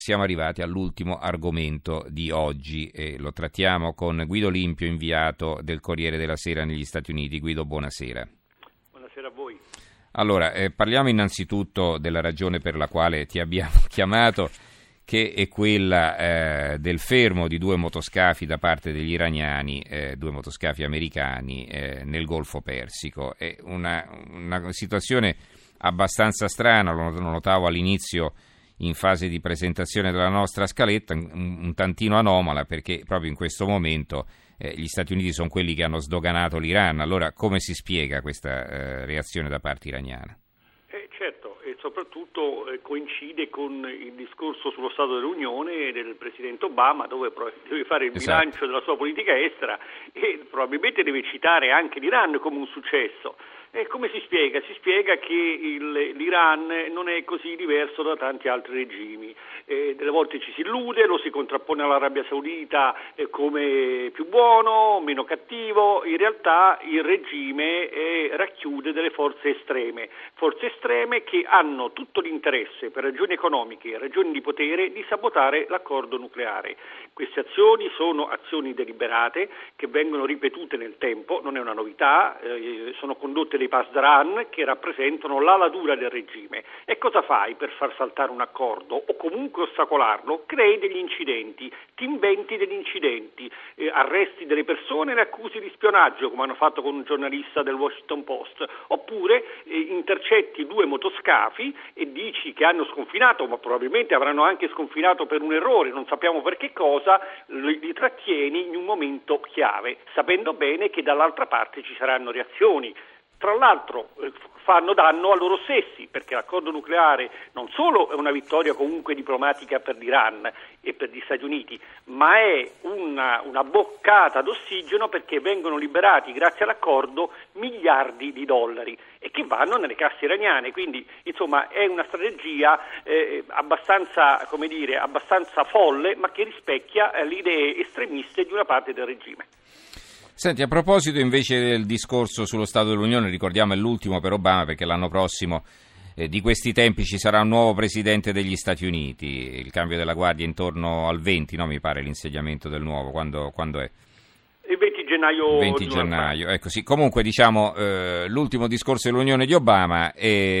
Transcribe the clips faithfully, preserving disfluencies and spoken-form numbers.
Siamo arrivati all'ultimo argomento di oggi e lo trattiamo con Guido Limpio, inviato del Corriere della Sera negli Stati Uniti. Guido, buonasera. Buonasera a voi. Allora, eh, parliamo innanzitutto della ragione per la quale ti abbiamo chiamato, che è quella eh, del fermo di due motoscafi da parte degli iraniani, eh, due motoscafi americani eh, nel Golfo Persico. È una, una situazione abbastanza strana, lo notavo all'inizio in fase di presentazione della nostra scaletta, un, un tantino anomala, perché proprio in questo momento eh, gli Stati Uniti sono quelli che hanno sdoganato l'Iran. Allora, come si spiega questa eh, reazione da parte iraniana? Eh, certo, e soprattutto eh, coincide con il discorso sullo Stato dell'Unione del Presidente Obama, dove pro- deve fare il Esatto. bilancio della sua politica estera e probabilmente deve citare anche l'Iran come un successo. E come si spiega? Si spiega che il, l'Iran non è così diverso da tanti altri regimi. Eh, delle volte ci si illude, lo si contrappone all'Arabia Saudita eh, come più buono, meno cattivo. In realtà il regime eh, racchiude delle forze estreme, forze estreme che hanno tutto l'interesse, per ragioni economiche e ragioni di potere, di sabotare l'accordo nucleare. Queste azioni sono azioni deliberate che vengono ripetute nel tempo, non è una novità, eh, sono condotte dei pasdaran che rappresentano l'ala dura del regime. E cosa fai per far saltare un accordo o comunque ostacolarlo? Crei degli incidenti, ti inventi degli incidenti, eh, arresti delle persone e le accusi di spionaggio, come hanno fatto con un giornalista del Washington Post, oppure eh, intercetti due motoscafi e dici che hanno sconfinato, ma probabilmente avranno anche sconfinato per un errore, non sappiamo per che cosa, li, li trattieni in un momento chiave, sapendo bene che dall'altra parte ci saranno reazioni. Tra l'altro eh, fanno danno a loro stessi, perché l'accordo nucleare non solo è una vittoria comunque diplomatica per l'Iran e per gli Stati Uniti, ma è una, una boccata d'ossigeno, perché vengono liberati grazie all'accordo miliardi di dollari e che vanno nelle casse iraniane. Quindi insomma è una strategia eh, abbastanza, come dire, abbastanza folle, ma che rispecchia eh, le idee estremiste di una parte del regime. Senti, a proposito invece del discorso sullo Stato dell'Unione, ricordiamo è l'ultimo per Obama, perché l'anno prossimo eh, di questi tempi ci sarà un nuovo presidente degli Stati Uniti, il cambio della guardia intorno al venti, no, mi pare l'insediamento del nuovo, quando, quando è? Il venti gennaio. venti gennaio, ecco sì. Comunque diciamo eh, l'ultimo discorso dell'Unione di Obama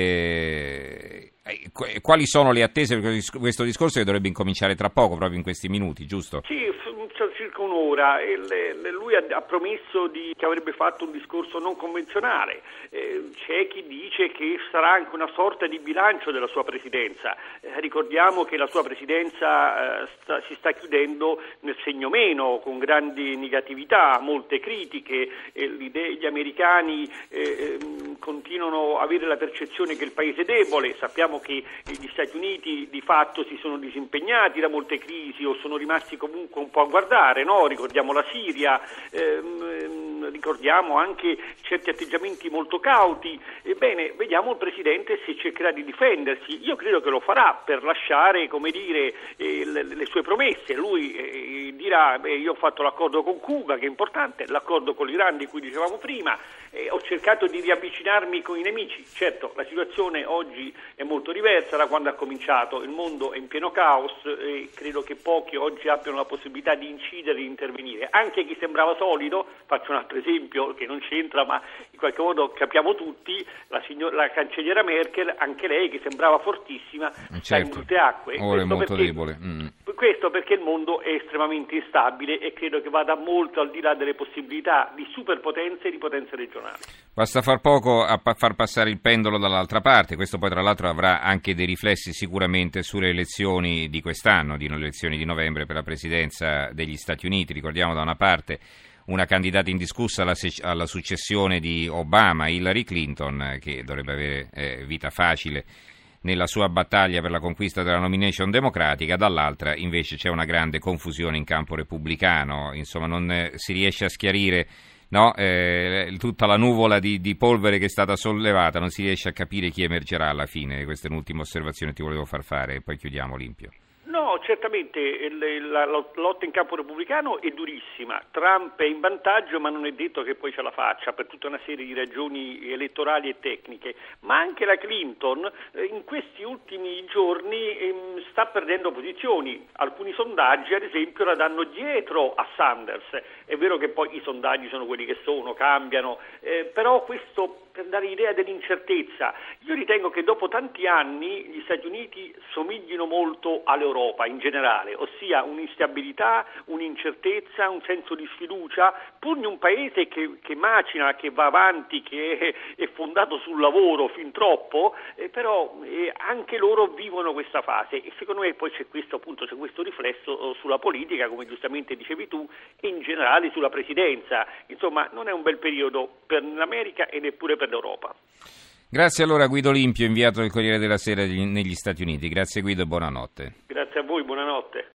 e eh, quali sono le attese per questo discorso, che dovrebbe incominciare tra poco, proprio in questi minuti, giusto? Sì, circa un'ora, e le, le, lui ha, ha promesso di, che avrebbe fatto un discorso non convenzionale. Eh, c'è chi dice che sarà anche una sorta di bilancio della sua presidenza. Eh, ricordiamo che la sua presidenza eh, sta, si sta chiudendo nel segno meno, con grandi negatività, molte critiche. Eh, l'idea, gli americani eh, continuano a avere la percezione che il paese è debole. Sappiamo che gli Stati Uniti di fatto si sono disimpegnati da molte crisi o sono rimasti comunque un po' a guardare, no? Ricordiamo la Siria, ehm, ricordiamo anche certi atteggiamenti molto cauti. Ebbene, vediamo il Presidente se cercherà di difendersi. Io credo che lo farà per lasciare, come dire, eh, le, le sue promesse. Lui eh, dirà, beh, io ho fatto l'accordo con Cuba, che è importante, l'accordo con l'Iran di cui dicevamo prima, eh, ho cercato di riavvicinarmi con i nemici. Certo, la situazione oggi è molto diversa da quando ha cominciato, il mondo è in pieno caos e credo che pochi oggi abbiano la possibilità di incidere, di intervenire. Anche chi sembrava solido, faccio un altro esempio che non c'entra, ma in qualche modo capiamo tutti, la, signor, la cancelliera Merkel, anche lei che sembrava fortissima, certo, sta in molte acque. Ora è molto perché, debole. Mm. Questo perché il mondo è estremamente instabile e credo che vada molto al di là delle possibilità di superpotenze e di potenze regionali. Basta far poco a pa- far passare il pendolo dall'altra parte. Questo poi tra l'altro avrà anche dei riflessi sicuramente sulle elezioni di quest'anno, di elezioni di novembre per la presidenza degli Stati Uniti. Ricordiamo da una parte una candidata indiscussa alla, se- alla successione di Obama, Hillary Clinton, che dovrebbe avere eh, vita facile nella sua battaglia per la conquista della nomination democratica. Dall'altra invece c'è una grande confusione in campo repubblicano, insomma non eh, si riesce a schiarire, no, eh, tutta la nuvola di, di polvere che è stata sollevata, non si riesce a capire chi emergerà alla fine. Questa è un'ultima osservazione che ti volevo far fare e poi chiudiamo, Limpio. No, no, certamente la lotta in campo repubblicano è durissima, Trump è in vantaggio ma non è detto che poi ce la faccia per tutta una serie di ragioni elettorali e tecniche, ma anche la Clinton in questi ultimi giorni sta perdendo posizioni, alcuni sondaggi ad esempio la danno dietro a Sanders, è vero che poi i sondaggi sono quelli che sono, cambiano, eh, però questo per dare idea dell'incertezza. Io ritengo che dopo tanti anni gli Stati Uniti somiglino molto all'Europa in generale, ossia un'instabilità, un'incertezza, un senso di sfiducia, pur in un paese che, che macina, che va avanti, che è, è fondato sul lavoro fin troppo, eh, però eh, anche loro vivono questa fase e secondo me poi c'è questo appunto c'è questo riflesso sulla politica, come giustamente dicevi tu, e in generale sulla presidenza. Insomma, non è un bel periodo per l'America e neppure per l'Europa. Grazie allora Guido Limpio, inviato del Corriere della Sera negli Stati Uniti. Grazie Guido e buonanotte. Grazie a voi, buonanotte.